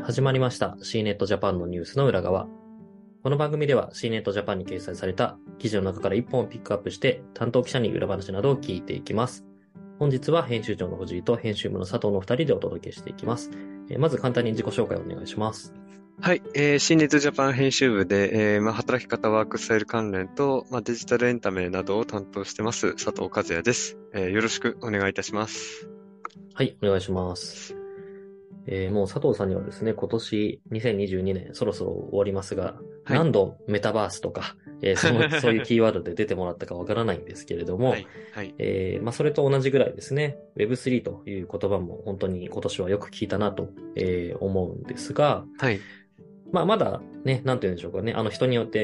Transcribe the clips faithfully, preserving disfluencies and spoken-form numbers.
始まりました シーネット Japan のニュースの裏側。この番組では シーネット Japan に掲載された記事の中からいっぽんをピックアップして担当記者に裏話などを聞いていきます。本日は編集長の藤井と編集部の佐藤のふたりでお届けしていきます。えー、まず簡単に自己紹介をお願いします。 はい、えー、シーネット Japan 編集部で、えーまあ、働き方ワークスタイル関連と、まあ、デジタルエンタメなどを担当してます佐藤和也です、えー。よろしくお願いいたします。 はい、お願いします。えー、もう佐藤さんにはですね、今年にせんにじゅうにねんそろそろ終わりますが、はい、何度メタバースとか、えー、そのそういうキーワードで出てもらったかわからないんですけれども、はいはいえーまあ、それと同じぐらいですね、ウェブスリー という言葉も本当に今年はよく聞いたなと、えー、思うんですが、はいまあ、まだね、なんて言うんでしょうかね、あの人によって、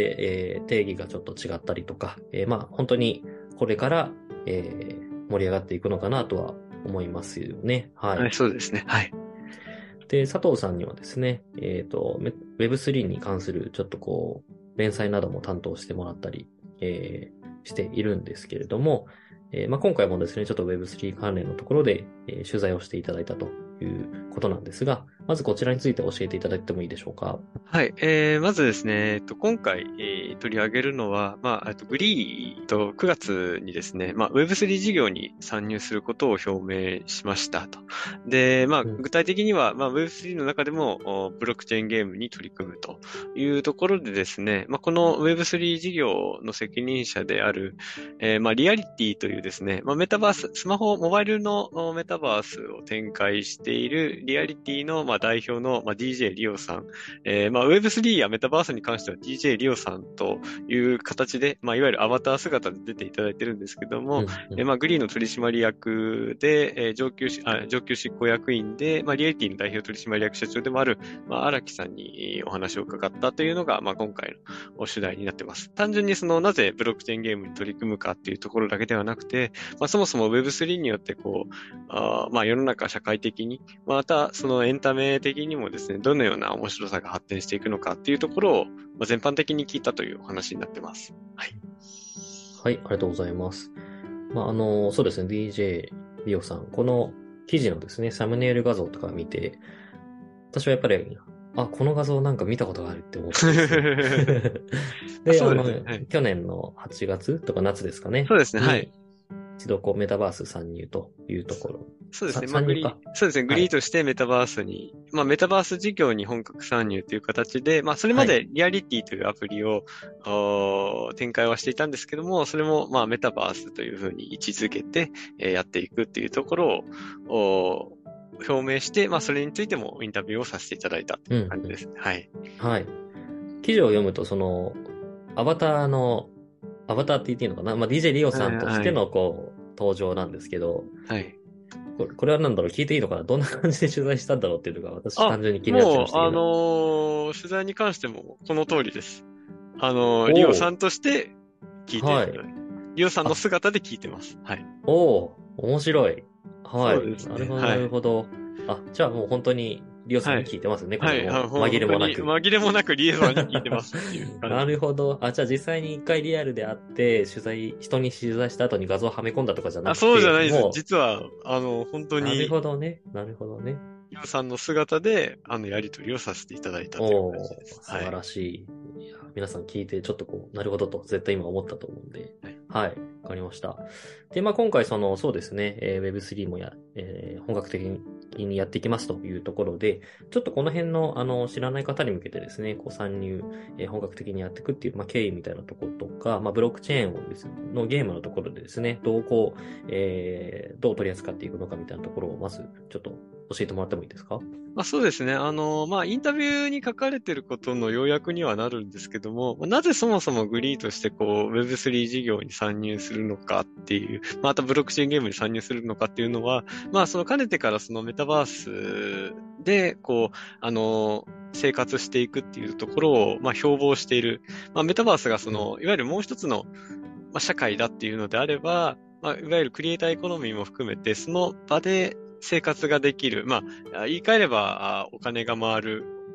えー、定義がちょっと違ったりとか、えー、まあ本当にこれから、えー、盛り上がっていくのかなとは思いますよね。はい。 はい、そうですね。はい。 で、佐藤さんにはですね、えっと、ウェブスリー に関するちょっとこう、連載なども担当してもらったり、えー、しているんですけれども、えーまあ、今回もですね、ちょっと ウェブスリー 関連のところで、えー、取材をしていただいたということなんですが、まずこちらについて教えていただいてもいいでしょうか。 はい、えー、まずですね、えっと、今回、えー、取り上げるのは、まあ、えっと、グリーとくがつにですね、まあ、ウェブスリー 事業に参入することを表明しましたと。で、まあ、具体的には、まあ、ウェブスリー の中でも、ブロックチェーンゲームに取り組むというところでですね、まあ、この ウェブスリー 事業の責任者である、えー、まあ、リアリティというですね、まあ、メタバース、スマホ、モバイルのメタバースを展開しているリアリティの、まあ、代表の、まあ、ディージェー リオさん、えー、まあ、ウェブスリー やメタバースに関しては ディージェー リオさんという形で、まあ、いわゆるアバター姿で出ていただいてるんですけども、うんうんえー、まあ、グリーの取締役で、えー、上級しあ、上級執行役員で、まあ、リアリティの代表取締役社長でもある、まあ、荒木さんにお話を伺ったというのが、まあ、今回の主題になっています。単純にその、なぜブロックチェーンゲームに取り組むかっていうところだけではなくて、まあ、そもそも ウェブスリー によってこう、あまあ、世の中社会的に、またそのエンタメ的にもですね、どのような面白さが発展していくのかっていうところを、まあ、全般的に聞いたというお話になってます。はい。 はい、ありがとうございます。まあ、あの、そうですね、ディージェー リオさん、この記事のですね、サムネイル画像とか見て、私はやっぱり、あ、この画像なんか見たことがあるって思ってですね。で、あの、はい、去年のはちがつとか夏ですかね。 そうですね、はい。 一度こうメタバース参入というところ。 そうですね。まあ、グリー、そうですね。グリーとしてメタバースに、はい、まあ、メタバース事業に本格参入という形で、まあ、それまでリアリティというアプリを、はい、展開はしていたんですけども、それも、まあ、メタバースというふうに位置づけて、えー、やっていくっていうところを、表明して、まあ、それについてもインタビューをさせていただいたという感じです。うんうん、はい。 はい。記事を読むと、その、アバターの、アバターって言っていいのかな、まあ、ディージェー リオさんとしての、こう、登場なんですけど、はい。これ、これはなんだろう、聞いていいのかな、どんな感じで取材したんだろうっていうのが、私単純に気になってましたけど。 もう、あのー、取材に関しても、この通りです。あのー、リオさんとして聞いてる。はい。リオさんの姿で聞いてます。はい。 おお、面白い。はい。そうですね。なるほど、なるほど。はい、あ、じゃあもう本当に、リオさんに聞いてますね、はい、これも。紛れもなく。 紛れもなくリオさんに聞いてますっていうなるほど。あ、じゃあ実際に一回リアルで会って、取材、人に取材した後に画像をはめ込んだとかじゃなくて。 あ、そうじゃないです。実は、あの、本当に。 なるほどね。なるほどね。 リオさんの姿で、あの、やりとりをさせていただいたという感じです。 おー、素晴らしい。はい、いや皆さん聞いて、ちょっとこう、なるほどと、絶対今思ったと思うんで。はい。はい。わかりました。で、まあ今回、その、そうですね、えー、ウェブスリー もや、えー、本格的にやっていきますというところで、ちょっとこの辺の、あの、知らない方に向けてですね、こう、参入、えー、本格的にやっていくっていう、まあ経緯みたいなところとか、まあブロックチェーンをですね、のゲームのところでですね、どうこう、えー、どう取り扱っていくのかみたいなところを、まず、ちょっと教えてもらってもいいですか？ まあ、そうですね。あの、まあ、インタビューに書かれていることの要約にはなるんですけども、なぜそもそもグリーとしてこう、ウェブスリー 事業に参入するのかっていう、またブロックチェーンゲームに参入するのかっていうのは、まあ、そのかねてからそのメタバースで、こう、あの、生活していくっていうところを、まあ、標榜している。まあ、メタバースがその、いわゆるもう一つの、まあ、社会だっていうのであれば、まあ、いわゆるクリエイターエコノミーも含めて、その場で生活ができる。まあ、言い換えれば、お金が回る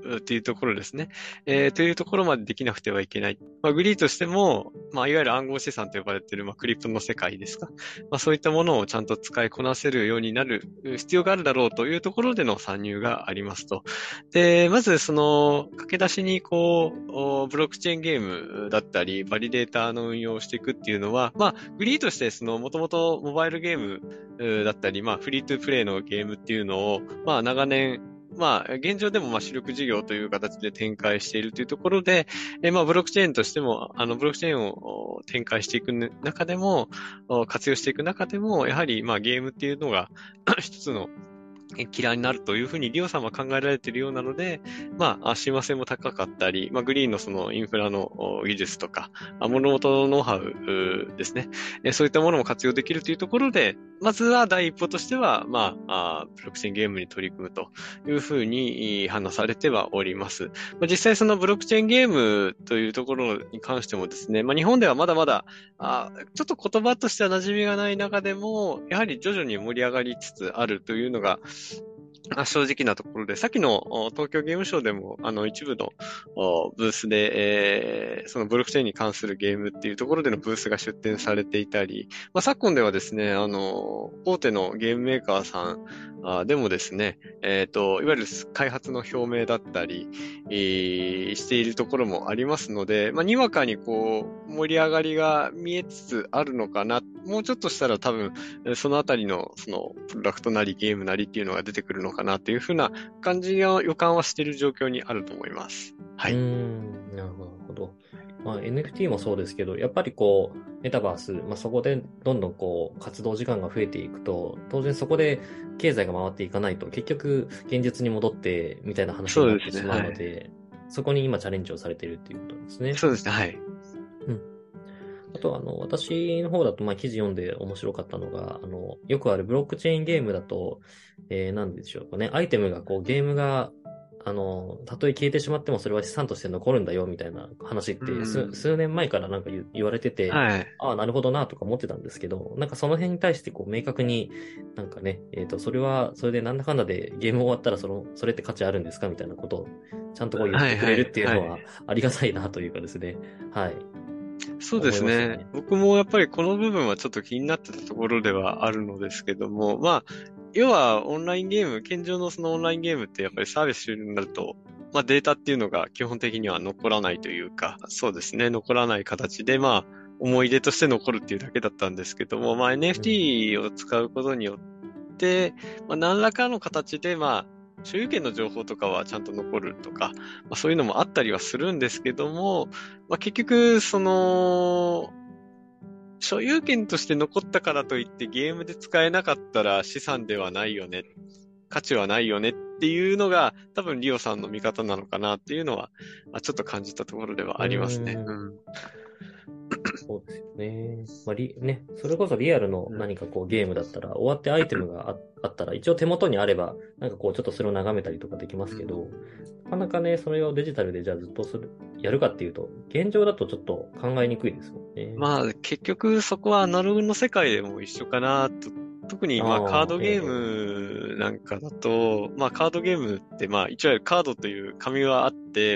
っていうところですね。えー、というところまでできなくてはいけない。まあ、グリーとしても、まあ、いわゆる暗号資産と呼ばれている、まあ、クリプトの世界ですか。まあ、そういったものをちゃんと使いこなせるようになる必要があるだろうというところでの参入がありますと。で、まずその、駆け出しにこう、ブロックチェーンゲームだったり、バリデータの運用をしていくっていうのは、まあ、グリーとしてその、もともとモバイルゲームだったり、まあ、フリートゥープレイのゲームっていうのを、まあ、長年、まあ、現状でも、まあ、主力事業という形で展開しているというところで、えまあ、ブロックチェーンとしても、あの、ブロックチェーンを展開していく中でも、活用していく中でも、やはり、まあ、ゲームっていうのが一つのキラーになるというふうにリオさんは考えられているようなので、まあ、親和性も高かったり、まあ、グリーンのそのインフラの技術とか、物々のノウハウですね。そういったものも活用できるというところで、まずは第一歩としては、まあ、ブロックチェーンゲームに取り組むというふうに話されてはおります。まあ、実際そのブロックチェーンゲームというところに関してもですね、まあ、日本ではまだまだ、あちょっと言葉としては馴染みがない中でも、やはり徐々に盛り上がりつつあるというのが、正直なところで、さっきの東京ゲームショウでも、あの、一部のブースで、えー、そのブロックチェーンに関するゲームっていうところでのブースが出展されていたり、まあ、昨今ではですね、あの、大手のゲームメーカーさんあでもですね、えっと、いわゆる開発の表明だったり、えー、しているところもありますので、まあ、にわかにこう、盛り上がりが見えつつあるのかな。もうちょっとしたら多分、そのあたりの、その、プロダクトなりゲームなりっていうのが出てくるのかなというふうな感じの予感はしている状況にあると思います。はい。 うーん、なるほど、なるほど。まあ、エヌエフティー もそうですけど、やっぱりこう、メタバース、まあ、そこでどんどんこう、活動時間が増えていくと、当然そこで経済が回っていかないと、結局、現実に戻って、みたいな話になってしまうので、そ, で、ねはい、そこに今チャレンジをされているっていうことですね。 そうですね、はい。 うん。あと、あの、私の方だと、まあ、記事読んで面白かったのが、あの、よくあるブロックチェーンゲームだと、えー、なんでしょうかね、アイテムがこう、ゲームが、あの、たとえ消えてしまってもそれは資産として残るんだよみたいな話って数、数年前からなんか 言, 言われてて、はい、ああ、なるほどなとか思ってたんですけど、なんかその辺に対してこう明確になんかね、えっと、それは、それでなんだかんだでゲーム終わったらその、それって価値あるんですかみたいなことをちゃんとこう言ってくれるっていうのはありがたいなというかですね。はい。 そうですね。ね僕もやっぱりこの部分はちょっと気になってたところではあるのですけども、まあ、要はオンラインゲーム、現状のそのオンラインゲームってやっぱりサービス終了になると、まあデータっていうのが基本的には残らないというか、そうですね、残らない形で、まあ、思い出として残るっていうだけだったんですけども、まあ エヌエフティー を使うことによって、まあ何らかの形で、まあ、所有権の情報とかはちゃんと残るとか、まあ、そういうのもあったりはするんですけども、まあ、結局、その、所有権として残ったからといってゲームで使えなかったら資産ではないよね。価値はないよねっていうのが多分リオさんの見方なのかなっていうのは、まあ、ちょっと感じたところではありますね。うん、 そうですよね。まあ、リ、ね、それこそリアルの何かこうゲームだったら、終わってアイテムが あ, あったら、一応手元にあれば、なんかこうちょっとそれを眺めたりとかできますけど、なかなかね、それをデジタルでじゃあずっとする、やるかっていうと、現状だとちょっと考えにくいですもんね。 まあ結局そこはアナログの世界でも一緒かなと。特にまあカードゲームなんかだと、まあカードゲームってまあ一応カードという紙はあって、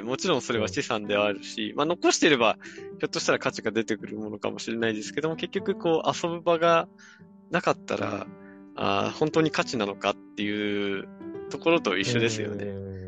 もちろんそれは資産ではあるし、まあ残していればひょっとしたら価値が出てくるものかもしれないですけども、結局こう遊ぶ場がなかったら、あ本当に価値なのかっていうところと一緒ですよね。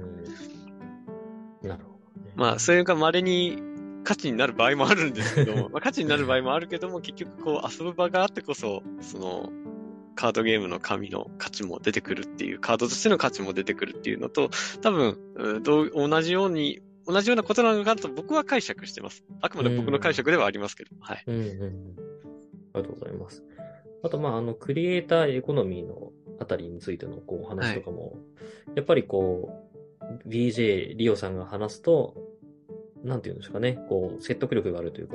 なるほどね。 まあそれが稀に価値になる場合もあるんですけども、まあ、価値になる場合もあるけども、結局こう遊ぶ場があってこそ、その、カードゲームの紙の価値も出てくるっていう、カードとしての価値も出てくるっていうのと、多分、どう同じように、同じようなことなのかなと僕は解釈してます。あくまで僕の解釈ではありますけど。はい。 うんうん。ありがとうございます。あと、まあ、あの、クリエイターエコノミーのあたりについてのこうお話とかも、はい、やっぱりこう、ビージェー、リオさんが話すと、なんていうんですかね、こう、説得力があるというか、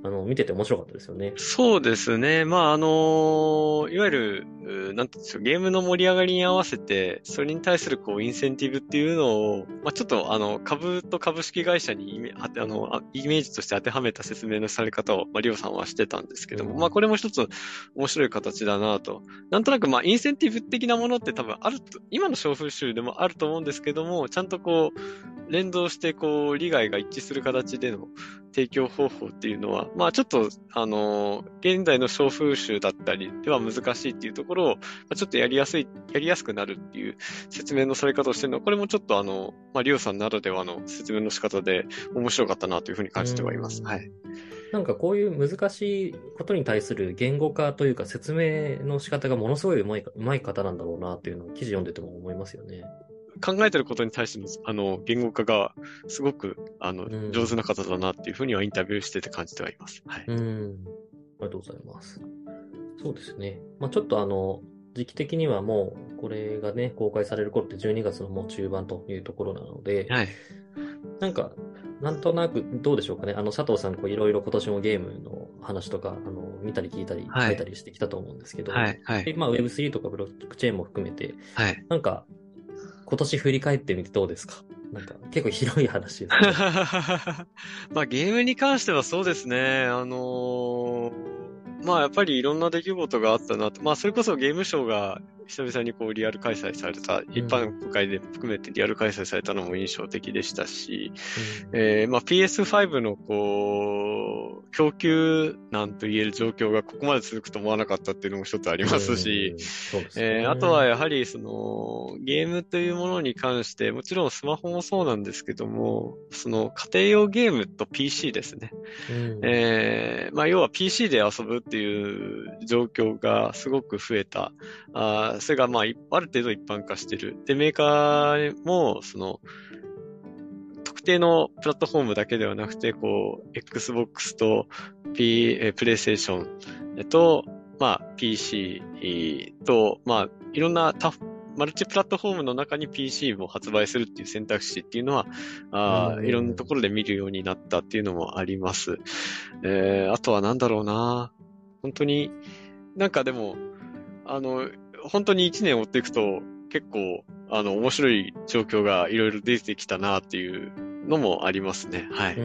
あの、見てて面白かったですよね。 そうですね。まあ、あのいわゆる、うなんていうんですか、ゲームの盛り上がりに合わせて、それに対するこう、インセンティブっていうのを、まあ、ちょっと、あの、株と株式会社にイメ、ああの、あイメージとして当てはめた説明のされ方を、まあ、リオさんはしてたんですけども、 うん、 まあ、これも一つ面白い形だなと。なんとなく、まあ、インセンティブ的なものって多分あると、今の小風習でもあると思うんですけども、ちゃんとこう、連動して、こう、利害が一致する形での提供方法っていうのは、まあちょっと、あの、現代の小風習だったりでは難しいっていうところを、まあ、ちょっとやりやすい、やりやすくなるっていう説明のされ方をしてるのは、これもちょっとあの、まあリオさんならではの説明の仕方で面白かったなというふうに感じてはいます。はい。 なんかこういう難しいことに対する言語化というか説明の仕方がものすごいうまい、うまい方なんだろうなっていうのを記事読んでても思いますよね。 考えてることに対しての、あの、言語化がすごく、あの、 うん、 上手な方だなっていうふうにはインタビューしてて感じてはいます。はい。 うん。ありがとうございます。そうですね。まあちょっとあの、時期的にはもう、これがね、公開される頃ってじゅうにがつのもう中盤というところなので、 はい。 なんか、なんとなくどうでしょうかね。あの、佐藤さん、こういろいろ今年もゲームの話とか、あの、見たり聞いたりはい書いたりしてきたと思うんですけど、 はい。はで、 い。 まあ ウェブスリー とかブロックチェーンも含めて、 はい。 なんか、今年振り返ってみてどうですか？なんか、結構広い話ですね。 まあゲームに関してはそうですね。あのーまあやっぱりいろんな出来事があったなと。まあそれこそゲームショーが久々にこうリアル開催された、一般会で含めてリアル開催されたのも印象的でしたし、 うん、 えー、まあ ピーエスファイブ のこう、供給なんと言える状況がここまで続くと思わなかったっていうのも一つありますし、 そうですね。 えー、あとはやはりそのゲームというものに関して、もちろんスマホもそうなんですけども、その家庭用ゲームと ピーシー ですね。 うん、 えー、まあ要は ピーシー で遊ぶっていう状況がすごく増えた。あそれがまあある程度一般化してる。で、メーカーもその特定のプラットフォームだけではなくて、こう、Xbox と P、えー、PlayStation と、まあ、ピーシー と、まあ、いろんなタマルチプラットフォームの中に ピーシー も発売するっていう選択肢っていうのは、あいろんなところで見るようになったっていうのもあります。えー、あとはなんだろうな。本当に、なんかでも、あの、本当に一年追っていくと、結構、あの、面白い状況がいろいろ出てきたなっていうのもありますね。はい。 うん、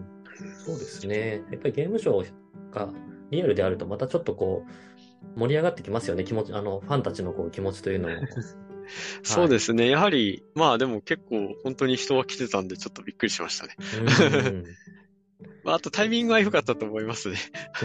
そうですね。やっぱりゲームショーがリアルであるとまたちょっとこう、盛り上がってきますよね。気持ち、あの、ファンたちのこう気持ちというのも。 そうですね。やはり、まあでも結構本当に人は来てたんでちょっとびっくりしましたね。 うん。 まあ、あとタイミングは良かったと思いますね。 うん、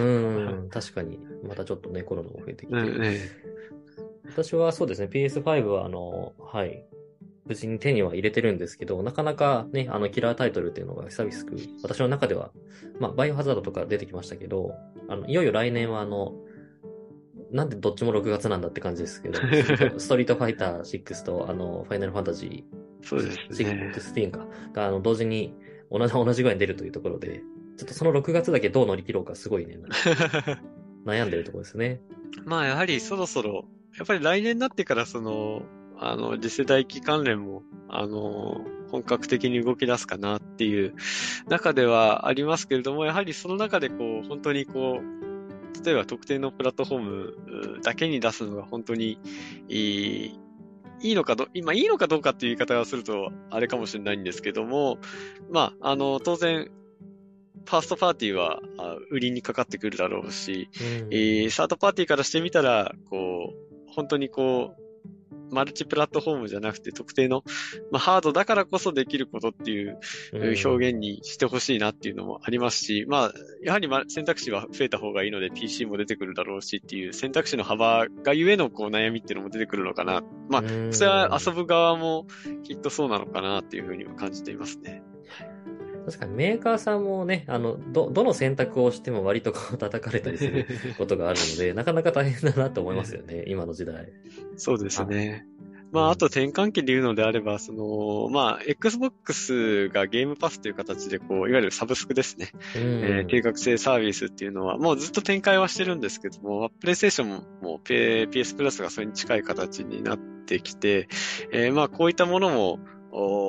確かに。またちょっとね、コロナも増えてきて。 うんね、 私はそうですね、ピーエスファイブ はあの、はい、無事に手には入れてるんですけど、なかなかね、あの、キラータイトルっていうのが久々く、私の中では、まあ、バイオハザードとか出てきましたけど、あの、いよいよ来年はあの、なんでどっちもろくがつなんだって感じですけど、ストリート、ストリートファイターシックスと、あの、ファイナルファンタジーそうですね。 じゅうろくか、が、あの、同時に同じ、同じぐらいに出るというところで、ちょっとそのろくがつだけどう乗り切ろうかすごいね、悩んでるところですね。 まあ、やはりそろそろ、やっぱり来年になってからその、あの、次世代機関連も、あの、本格的に動き出すかなっていう中ではありますけれども、やはりその中でこう、本当にこう、例えば特定のプラットフォームだけに出すのが本当にいい、いいのかど、今いいのかどうかっていう言い方をするとあれかもしれないんですけども、まあ、あの、当然、ファーストパーティーは売りにかかってくるだろうし、 うん、 えー、サードパーティーからしてみたら、こう、本当にこう、マルチプラットフォームじゃなくて特定の、まあ、ハードだからこそできることっていう表現にしてほしいなっていうのもありますし、まあ、やはり選択肢は増えた方がいいので ピーシー も出てくるだろうしっていう選択肢の幅がゆえのこう悩みっていうのも出てくるのかな。まあ、それは遊ぶ側もきっとそうなのかなっていうふうには感じていますね。 確かにメーカーさんもね、あの、ど、どの選択をしても割とこう叩かれたりすることがあるので、なかなか大変だなと思いますよね、今の時代。 そうですね。まあ、あと転換期で言うのであれば、その、まあ、Xbox がゲームパスという形で、こう、いわゆるサブスクですね。 うん、 えー、定額制サービスっていうのは、もうずっと展開はしてるんですけども、PlayStation ももう ピーエス プラスがそれに近い形になってきて、えー、まあ、こういったものも、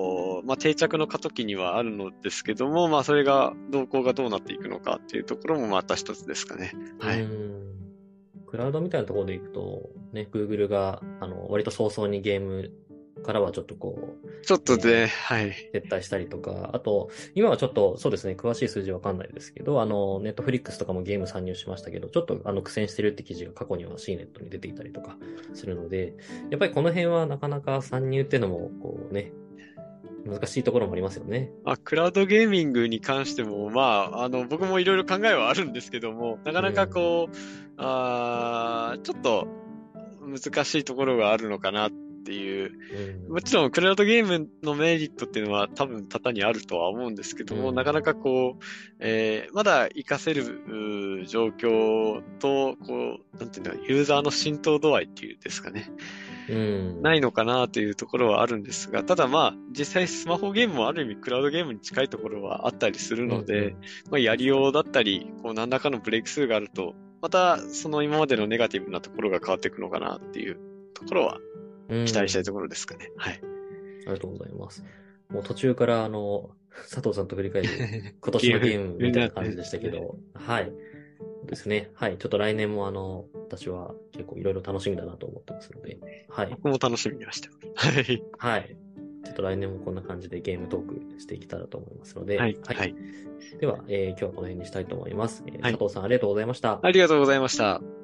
まあ、定着の過渡期にはあるのですけども、まあ、それが、動向がどうなっていくのかっていうところもまた一つですかね。はい。 うん。クラウドみたいなところでいくと、ね、Google が、あの、割と早々にゲームからはちょっとこう、 ちょっとで、 えーはい。 撤退したりとか、あと、今はちょっと、そうですね、詳しい数字わかんないですけど、あの、ネットフリックスとかもゲーム参入しましたけど、ちょっとあの苦戦してるって記事が過去には シーネット に出ていたりとかするので、やっぱりこの辺はなかなか参入っていうのも、こうね、難しいところもありますよね。 まあ、クラウドゲーミングに関しても、まあ、あの、僕もいろいろ考えはあるんですけども、なかなかこう、あーちょっと難しいところがあるのかなっていう。 うん、 もちろん、クラウドゲームのメリットっていうのは多分多々にあるとは思うんですけども、 うん、 なかなかこう、えーまだ活かせるうー状況と、こう、なんていうの、ユーザーの浸透度合いっていうんですかね。 うん、 ないのかなというところはあるんですが、ただまあ、実際スマホゲームもある意味クラウドゲームに近いところはあったりするので、 うんうん、 まあ、やりようだったり、こう何らかのブレイクスルーがあると、またその今までのネガティブなところが変わっていくのかなっていうところは期待したいところですかね。はい。 ありがとうございます。もう途中からあの、佐藤さんと振り返る今年のゲームみたいな感じでしたけど、はい。ですね。はい。ちょっと来年もあの、私は結構いろいろ楽しみだなと思ってますので、はい。 僕も楽しみにはしてます。はい。 はい。ちょっと来年もこんな感じでゲームトークしていけたらと思いますので、 はい。はい。 では、えー今日はこの辺にしたいと思います、えーはい佐藤さんありがとうございました。 ありがとうございました。